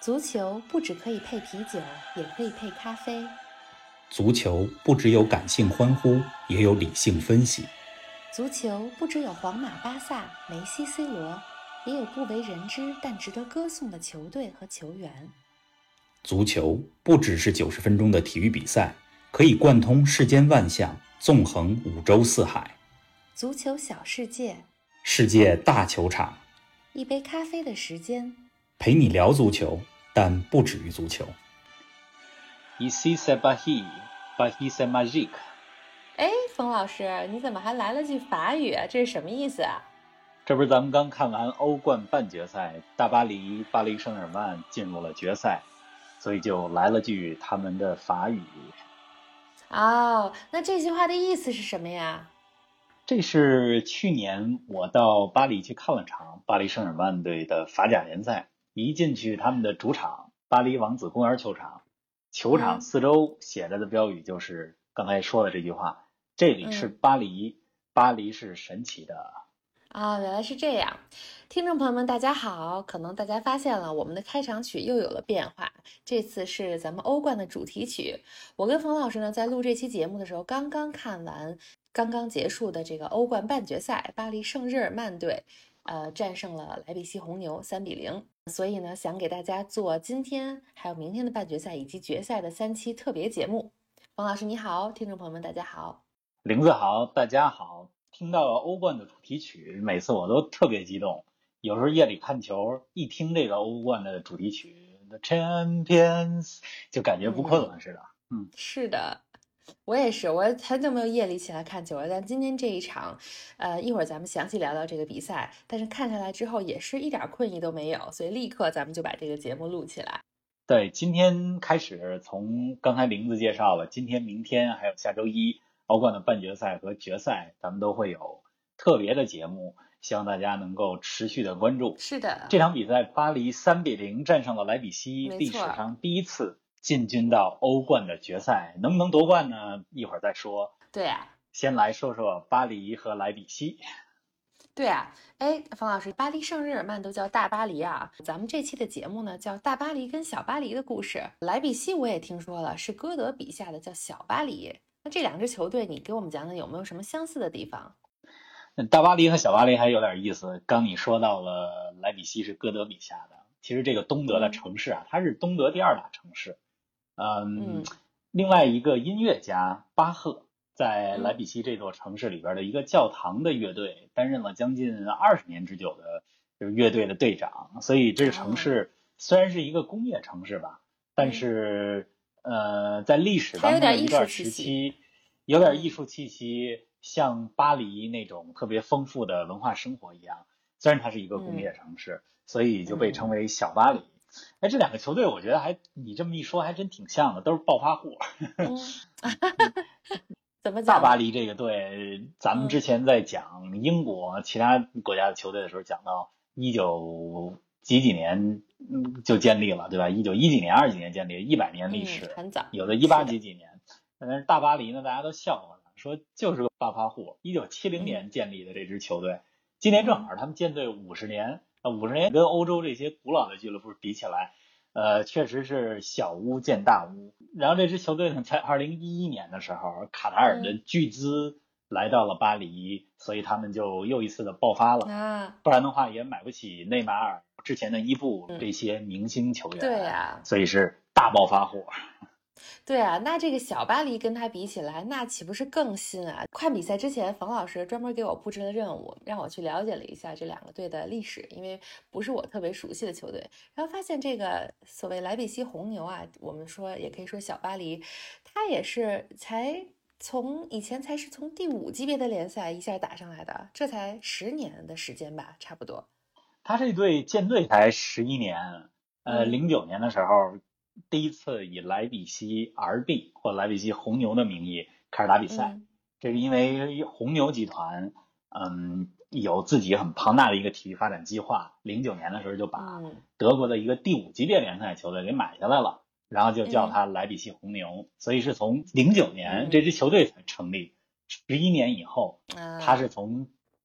足球不只可以配啤酒，也可以配咖啡。 足球不只有感性欢呼，也有理性分析。 足球不只有皇马、巴萨、梅西、C 罗，也有不为人知但值得歌颂的球队和球员。 足球不只是90分钟的体育比赛，可以贯通世间万象，纵横五洲四海。 足球小世界， 世界大球场， 一杯咖啡的时间， 陪你聊足球，但不止于足球。 Ici c'est Paris, Paris c'est magique。 哎，冯老师，你怎么还来了句法语啊？这是什么意思啊？ 这不是咱们刚看完欧冠半决赛，大巴黎巴黎圣日耳曼进入了决赛，所以就来了句他们的法语。 哦，那这句话的意思是什么呀？ 这是去年我到巴黎去看了场巴黎圣日耳曼队的法甲联赛，一进去他们的主场巴黎王子公园球场，球场四周写着的标语就是刚才说的这句话，这里是巴黎，巴黎是神奇的。 原来是这样。听众朋友们大家好，可能大家发现了我们的开场曲又有了变化，这次是咱们欧冠的主题曲。我跟冯老师呢在录这期节目的时候刚刚看完刚刚结束的这个欧冠半决赛，巴黎圣日耳曼队战胜了莱比锡红牛3-0，所以呢想给大家做今天还有明天的半决赛以及决赛的3期特别节目。冯老师你好，听众朋友们大家好。 玲子好，大家好。听到欧冠的主题曲，每次我都特别激动。有时候夜里看球，一听这个欧冠的主题曲 The Champions 就感觉不困了似的。 是的，我也是，我很久没有夜里起来看球了，但今天这一场一会儿咱们详细聊聊这个比赛，但是看下来之后也是一点困意都没有，所以立刻咱们就把这个节目录起来。 对，今天开始，从刚才玲子介绍了，今天明天还有下周一欧冠的半决赛和决赛，咱们都会有特别的节目，希望大家能够持续的关注。 是的， 这场比赛巴黎3-0战胜了莱比锡，历史上第一次进军到欧冠的决赛，能不能夺冠呢？一会儿再说。 对啊， 先来说说巴黎和莱比锡。 对啊，哎，冯老师，巴黎圣日耳曼都叫大巴黎啊，咱们这期的节目呢叫大巴黎跟小巴黎的故事。莱比锡我也听说了，是歌德笔下的叫小巴黎。那这两支球队，你给我们讲讲有没有什么相似的地方？ 大巴黎和小巴黎还有点意思。刚你说到了莱比锡是歌德笔下的，其实这个东德的城市啊，它是东德第2大城市。另外一个音乐家巴赫在莱比锡这座城市里边的一个教堂的乐队担任了将近20年之久的就是乐队的队长，所以这个城市虽然是一个工业城市吧，但是在历史当中的一段时期有点艺术气息，像巴黎那种特别丰富的文化生活一样。虽然它是一个工业城市，所以就被称为小巴黎。哎，这两个球队我觉得你这么一说还真挺像的，都是暴发户。 怎么讲？ 大巴黎这个队，咱们之前在讲英国其他国家的球队的时候，讲到19几年就建立了，对吧？1910几年、20几年建立，100年历史， 很早。 有的18几年。但是大巴黎呢，大家都笑话他，说就是个暴发户。1970年建立的这支球队，今年正好他们建队50年，50年跟欧洲这些古老的俱乐部比起来，确实是小巫见大巫。然后这支球队呢，在2011年的时候，卡塔尔的巨资来到了巴黎，所以他们就又一次的爆发了。不然的话也买不起内马尔之前的伊布这些明星球员。 对啊， 所以是大暴发户。 对啊，那这个小巴黎跟他比起来，那岂不是更新啊？看比赛之前，冯老师专门给我布置了任务，让我去了解了一下这两个队的历史，因为不是我特别熟悉的球队。然后发现这个所谓莱比锡红牛啊，我们说也可以说小巴黎，他也是以前才是从第5级别的联赛一下打上来的，这才10年的时间吧，差不多。 他这队建队才11年，09年的时候。第一次以莱比锡 RB 或莱比锡红牛的名义开始打比赛，这是因为红牛集团有自己很庞大的一个体育发展计划，09年的时候就把德国的一个第5级别联赛球队给买下来了，然后就叫它莱比锡红牛，所以是从09年这支球队才成立，11年以后，它是从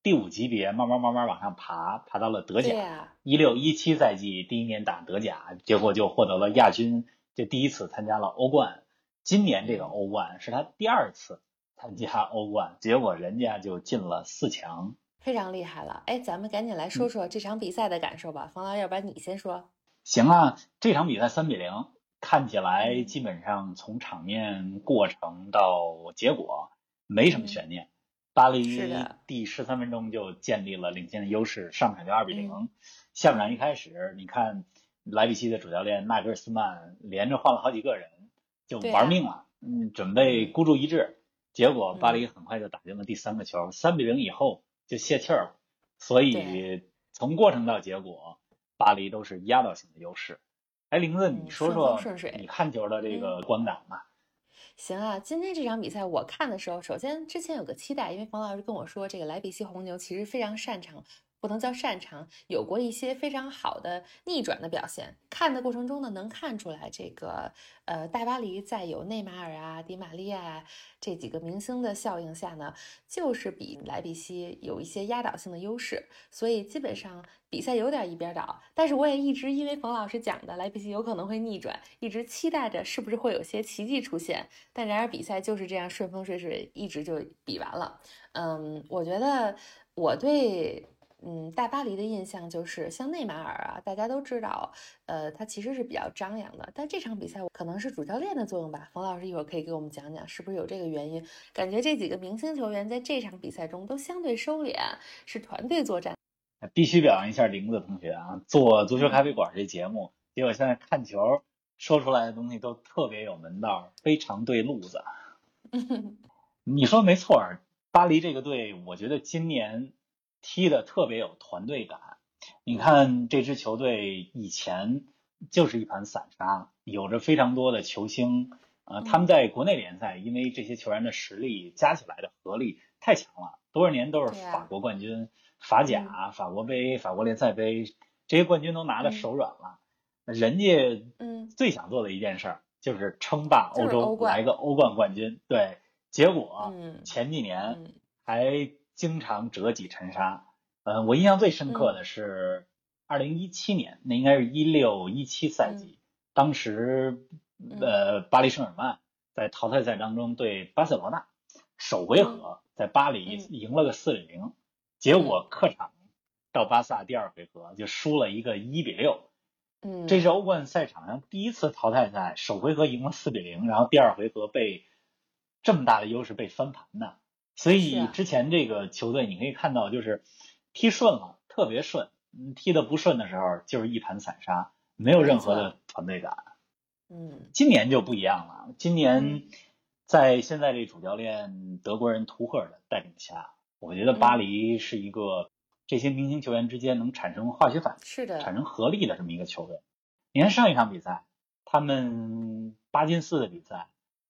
第5级别慢慢往上爬到了德甲。 对啊 16-17赛季第1年打德甲，结果就获得了亚军，就第一次参加了欧冠。今年这个欧冠是他第2次参加欧冠，结果人家就进了4强， 非常厉害了。哎，咱们赶紧来说说这场比赛的感受吧。冯老师，要不然你先说。 行啊，这场比赛3-0，看起来基本上从场面、过程到结果没什么悬念。巴黎第13分钟就建立了领先的优势，上场就2-0。下半场一开始，你看莱比锡的主教练纳格尔斯曼连着换了好几个人，就玩命了，准备孤注一掷。结果巴黎很快就打进了第3个球，3-0以后就泄气儿了。所以从过程到结果，巴黎都是压倒性的优势。哎，玲子，你说说你看球的这个观感吧。 行啊，今天这场比赛我看的时候，首先之前有个期待，因为冯老师跟我说，这个莱比锡红牛其实非常擅长，不能叫擅长，有过一些非常好的逆转的表现。看的过程中呢，能看出来这个大巴黎在有内马尔啊、迪玛利亚这几个明星的效应下呢，就是比莱比锡有一些压倒性的优势，所以基本上比赛有点一边倒。但是我也一直因为冯老师讲的莱比锡有可能会逆转，一直期待着是不是会有些奇迹出现。但然而比赛就是这样顺风顺水，一直就比完了。我觉得我对大巴黎的印象就是像内马尔啊，大家都知道，他其实是比较张扬的。但这场比赛可能是主教练的作用吧，冯老师一会儿可以给我们讲讲，是不是有这个原因？感觉这几个明星球员在这场比赛中都相对收敛，是团队作战。 必须表扬一下玲子同学啊，做足球咖啡馆这节目，结果现在看球说出来的东西都特别有门道，非常对路子。你说没错，巴黎这个队，我觉得今年踢的特别有团队感。你看这支球队以前就是一盘散沙，有着非常多的球星，他们在国内联赛，因为这些球员的实力加起来的合力太强了，多少年都是法国冠军、法甲、法国杯、法国联赛杯，这些冠军都拿得手软了。人家最想做的一件事就是称霸欧洲，来个欧冠冠军。对，结果前几年还经常折戟沉沙。我印象最深刻的是2017年，那应该是16-17赛季，当时巴黎圣日耳曼在淘汰赛当中对巴塞罗那，首回合在巴黎赢了个4-0，结果客场到巴萨第2回合就输了一个1-6。这是欧冠赛场上第一次淘汰赛首回合赢了4-0，然后第2回合被这么大的优势被翻盘的。所以之前这个球队你可以看到，就是踢顺了特别顺，踢得不顺的时候就是一盘散沙，没有任何的团队感。今年就不一样了，今年在现在这主教练德国人图赫尔的带领下，我觉得巴黎是一个这些明星球员之间能产生化学反应，产生合力的这么一个球队。你看上一场比赛，他们8进4的比赛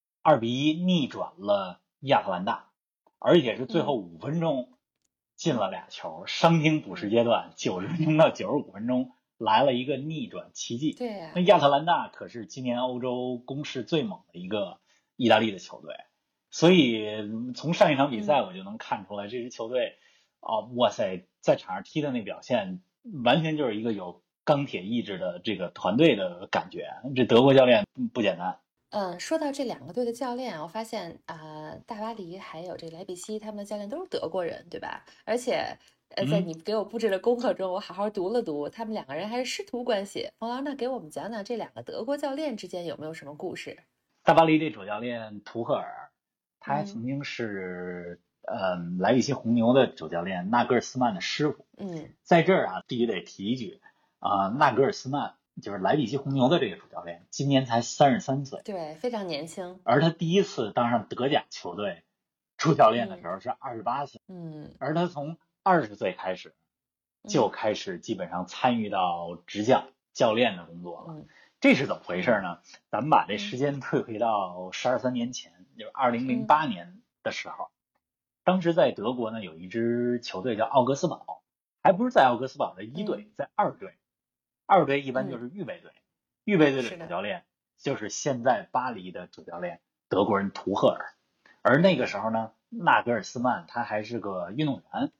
2-1逆转了亚特兰大，而且是最后5分钟进了2球，伤停补时阶段90分钟到95分钟来了一个逆转奇迹。 对呀， 那亚特兰大可是今年欧洲攻势最猛的一个意大利的球队，所以从上一场比赛我就能看出来，这支球队哇塞，在场上踢的那表现完全就是一个有钢铁意志的这个团队的感觉。这德国教练不简单。 说到这2个队的教练，我发现大巴黎还有这莱比锡他们的教练都是德国人，对吧？而且在你给我布置的功课中，我好好读了读，他们2个人还是师徒关系。冯老师，那给我们讲讲这2个德国教练之间有没有什么故事？ 大巴黎这主教练图赫尔，他还曾经是莱比锡红牛的主教练纳格尔斯曼的师傅。在这儿必须得提一句纳格尔斯曼就是莱比锡红牛的这个主教练，今年才33岁， 对，非常年轻。 而他第一次当上德甲球队主教练的时候是28岁，而他从20岁开始就开始基本上参与到执教教练的工作了。这是怎么回事呢？咱们把这时间退回到12、13年前，就是2008年的时候，当时在德国呢有一支球队叫奥格斯堡，还不是在奥格斯堡的1队，在2队。2队一般就是预备队，预备队的主教练就是现在巴黎的主教练德国人图赫尔。而那个时候呢，纳格尔斯曼他还是个运动员，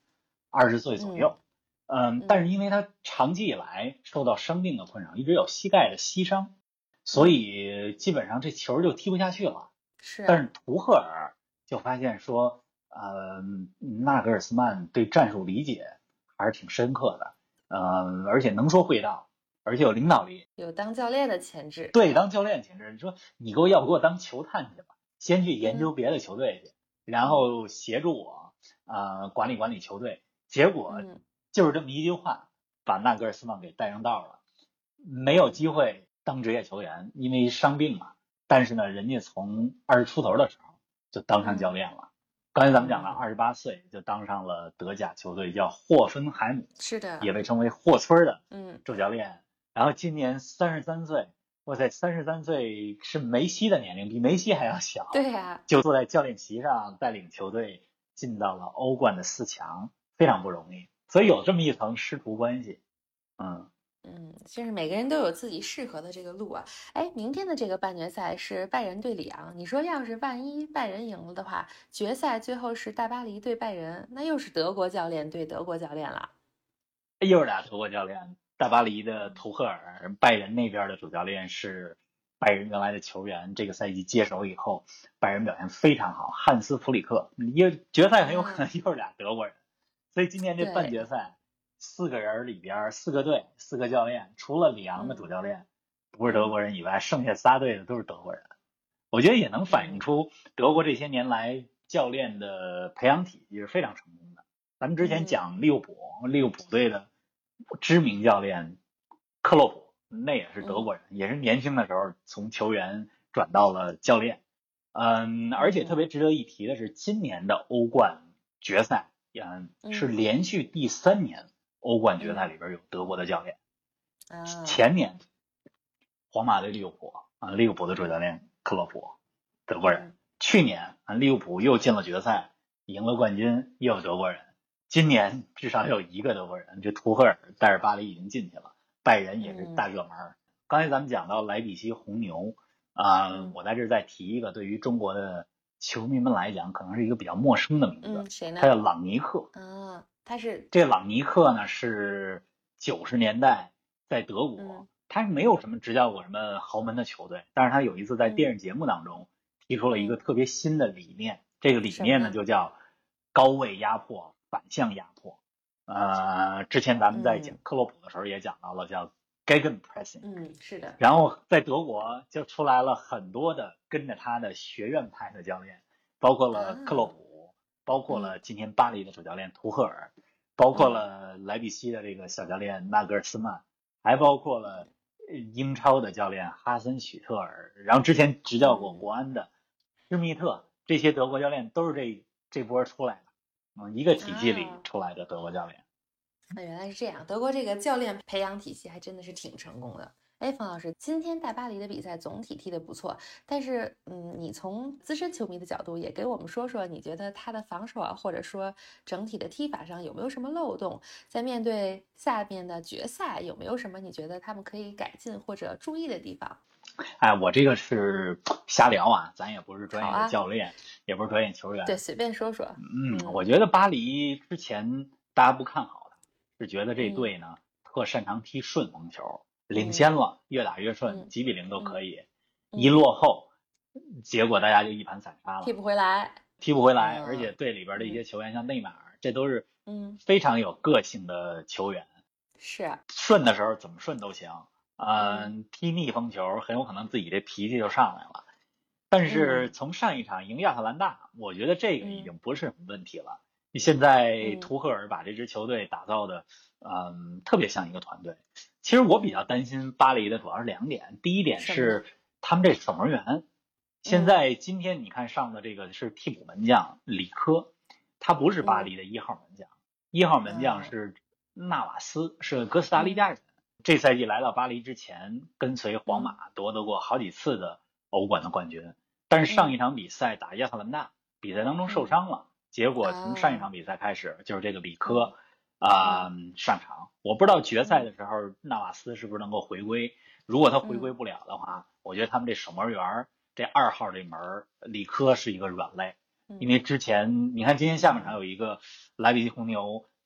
20岁左右。但是因为他长期以来受到伤病的困扰，一直有膝盖的膝伤，所以基本上这球就踢不下去了。 是。 但是图赫尔就发现说，纳格尔斯曼对战术理解还是挺深刻的，而且能说会道，而且有领导力， 有当教练的潜质。 对，当教练潜质。你说你要不给我当球探去吧，先去研究别的球队去，然后协助我管理管理球队。结果就是这么一句话，把纳格尔斯曼给带上道了，没有机会当职业球员，因为伤病嘛。但是呢，人家从20出头的时候就当上教练了。刚才咱们讲了，28岁就当上了德甲球队叫霍芬海姆， 是的， 也被称为霍村的主教练。然后今年33岁，哇塞，33岁是梅西的年龄，比梅西还要小。 对呀， 就坐在教练席上，带领球队进到了欧冠的4强，非常不容易。所以有这么一层师徒关系。 就是每个人都有自己适合的这个路啊。哎，明天的这个半决赛是拜仁对里昂，你说要是万一拜仁赢了的话，决赛最后是大巴黎对拜仁，那又是德国教练对德国教练了。 又是俩德国教练，大巴黎的图赫尔，拜仁那边的主教练是拜仁原来的球员，这个赛季接手以后，拜仁表现非常好，汉斯弗里克，决赛很有可能又是俩德国人。所以今年这半决赛4个人里边4个队4个教练，除了里昂的主教练不是德国人以外，剩下3队的都是德国人。我觉得也能反映出德国这些年来教练的培养体系是非常成功的。咱们之前讲利物浦队的知名教练克洛普，那也是德国人，也是年轻的时候从球员转到了教练。而且特别值得一提的是，今年的欧冠决赛是连续第3年欧冠决赛里边有德国的教练。前年皇马对利物浦利物浦的主教练克洛普德国人。去年利物浦又进了决赛，赢了冠军，又有德国人。今年至少有1个德国人，这图赫尔带着巴黎已经进去了，拜仁也是大热门。刚才咱们讲到莱比锡红牛我在这再提一个，对于中国的球迷们来讲可能是一个比较陌生的名字。 谁呢？ 他叫朗尼克。 他是这朗尼克呢是90年代在德国，他没有什么执教过什么豪门的球队，但是他有一次在电视节目当中提出了一个特别新的理念，这个理念呢就叫高位压迫反向压迫。之前咱们在讲克洛普的时候也讲到了，叫 Gegenpressing。 是的。 然后在德国就出来了很多的跟着他的学院派的教练，包括了克洛普，包括了今天巴黎的主教练图赫尔，包括了莱比锡的这个小教练纳格尔斯曼，还包括了英超的教练哈森许特尔，然后之前执教过国安的施密特，这些德国教练都是这波出来的，一个体系里出来的德国教练。 原来是这样，德国这个教练培养体系还真的是挺成功的。哎，冯老师，今天大巴黎的比赛总体踢得不错，但是你从资深球迷的角度也给我们说说，你觉得他的防守或者说整体的踢法上有没有什么漏洞？在面对下面的决赛，有没有什么你觉得他们可以改进或者注意的地方？ 我这个是瞎聊咱也不是专业的教练，也不是专业球员， 对，随便说说。 我觉得巴黎之前大家不看好的，是觉得这队呢特擅长踢顺风球，领先了越打越顺，几比0都可以。一落后，结果大家就一盘散沙了， 踢不回来。 而且队里边的一些球员像内马尔，这都是非常有个性的球员。 是顺的时候怎么顺都行，踢逆风球很有可能自己这脾气就上来了。但是从上一场赢亚特兰大，我觉得这个已经不是什么问题了。现在图赫尔把这支球队打造的特别像一个团队。其实我比较担心巴黎的主要是2点，第一点是他们这守门员，现在今天你看上的这个是替补门将里科，他不是巴黎的1号门将，1号门将是纳瓦斯，是哥斯达黎加人。这赛季来到巴黎之前，跟随皇马夺得过好几次的欧冠的冠军，但是上一场比赛打亚特兰大，比赛当中受伤了，结果从上一场比赛开始就是这个里科上场。我不知道决赛的时候纳瓦斯是不是能够回归，如果他回归不了的话，我觉得他们这守门员这2号这门里科是一个软肋。因为之前你看今天下半场有一个莱比锡红牛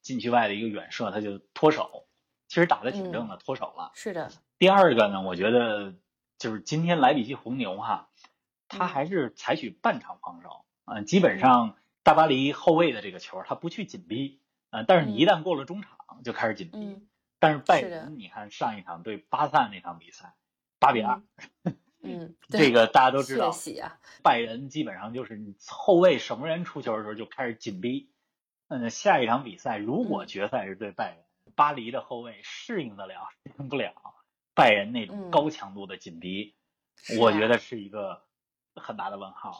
禁区外的一个远射，他就脱手，其实打得挺正的，脱手了。 是的。 第二个呢，我觉得就是今天莱比锡红牛哈，他还是采取半场防守，基本上大巴黎后卫的这个球他不去紧逼，但是你一旦过了中场就开始紧逼。但是拜仁，你看上一场对巴萨那场比赛，8-2，这个大家都知道，拜仁基本上就是你后卫守门员出球的时候就开始紧逼。下一场比赛如果决赛是对拜仁，巴黎的后卫适应得了适应不了拜仁那种高强度的紧逼，我觉得是一个很大的问号。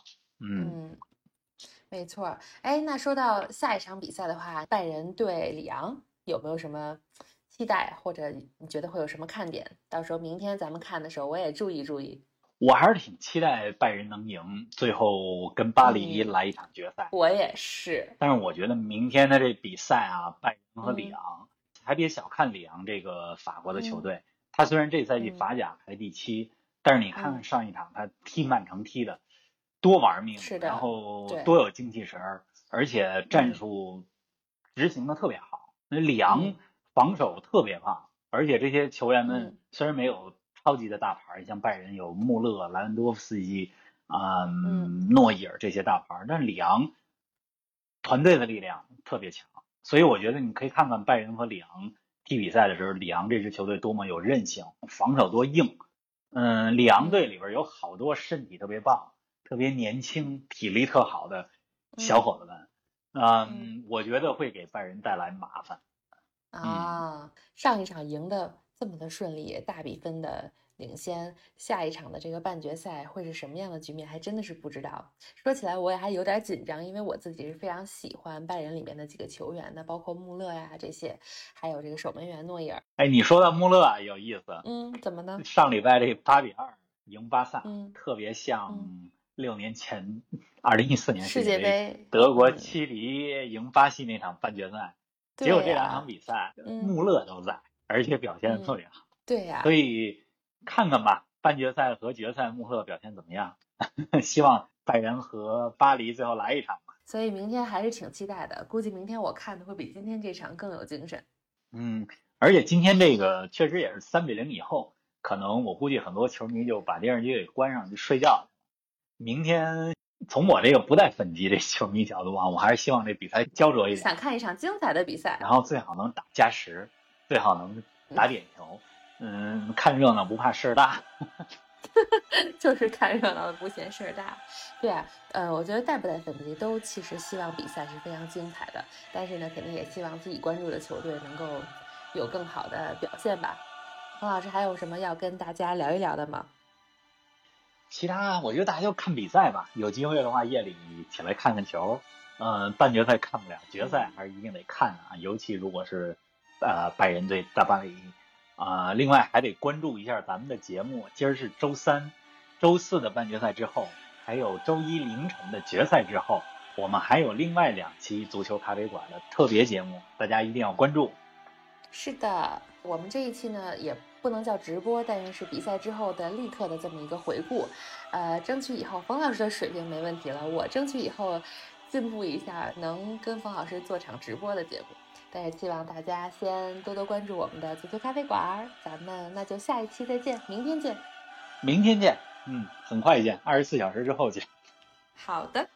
没错。哎，那说到下一场比赛的话，拜仁对里昂有没有什么期待，或者你觉得会有什么看点？到时候明天咱们看的时候，我也注意注意。 我还是挺期待拜仁能赢，最后跟巴黎来一场决赛。 我也是。 但是我觉得明天的这比赛啊，拜仁和里昂，还别小看里昂这个法国的球队。他虽然这赛季法甲排第7，但是你看看上一场他踢曼城踢的多玩命，然后多有精气神，而且战术执行的特别好。里昂防守特别棒，而且这些球员们虽然没有超级的大牌，像拜仁有穆勒、莱万多夫斯基诺伊尔这些大牌，但是里昂团队的力量特别强，所以我觉得你可以看看拜仁和里昂踢比赛的时候，里昂这支球队多么有韧性，防守多硬。里昂队里边有好多身体特别棒、特别年轻、体力特好的小伙子们。我觉得会给拜仁带来麻烦。 上一场赢的这么的顺利，大比分的领先，下一场的这个半决赛会是什么样的局面，还真的是不知道。说起来我也还有点紧张，因为我自己是非常喜欢拜仁里面的几个球员的，包括穆勒呀这些，还有这个守门员诺伊尔。 哎，你说到穆勒啊，有意思。 怎么呢？ 上礼拜这8-2赢巴萨，特别像6年前2014年世界杯德国7比赢巴西那场半决赛。结果这2场比赛，穆勒都在，而且表现特别好。 对呀， 所以看看吧，半决赛和决赛穆勒表现怎么样？希望拜仁和巴黎最后来一场吧。 所以明天还是挺期待的，估计明天我看的会比今天这场更有精神。 而且今天这个确实也是3比0以后，可能我估计很多球迷就把电视机给关上就睡觉。明天从我这个不带粉级这球迷角度啊，我还是希望这比赛焦灼一点， 想看一场精彩的比赛， 然后最好能打加时，最好能打点球。看热闹不怕事儿大。 就是看热闹的不嫌事儿大。对啊，我觉得带不带粉级都其实希望比赛是非常精彩的，但是呢，肯定也希望自己关注的球队能够有更好的表现吧。冯老师还有什么要跟大家聊一聊的吗？ 其他我觉得大家就看比赛吧，有机会的话夜里起来看看球。半决赛看不了，决赛还是一定得看啊，尤其如果是拜仁对大巴黎。另外还得关注一下咱们的节目，今儿是周3、周4的半决赛之后，还有周1凌晨的决赛之后，我们还有另外2期足球咖啡馆的特别节目，大家一定要关注。 是的，我们这一期呢也不能叫直播，但是比赛之后的立刻的这么一个回顾。争取以后冯老师的水平没问题了，我争取以后进步一下，能跟冯老师做场直播的节目。但是希望大家先多多关注我们的足球咖啡馆，咱们那就下一期再见，明天见。 明天见，很快见，24小时之后见。 好的。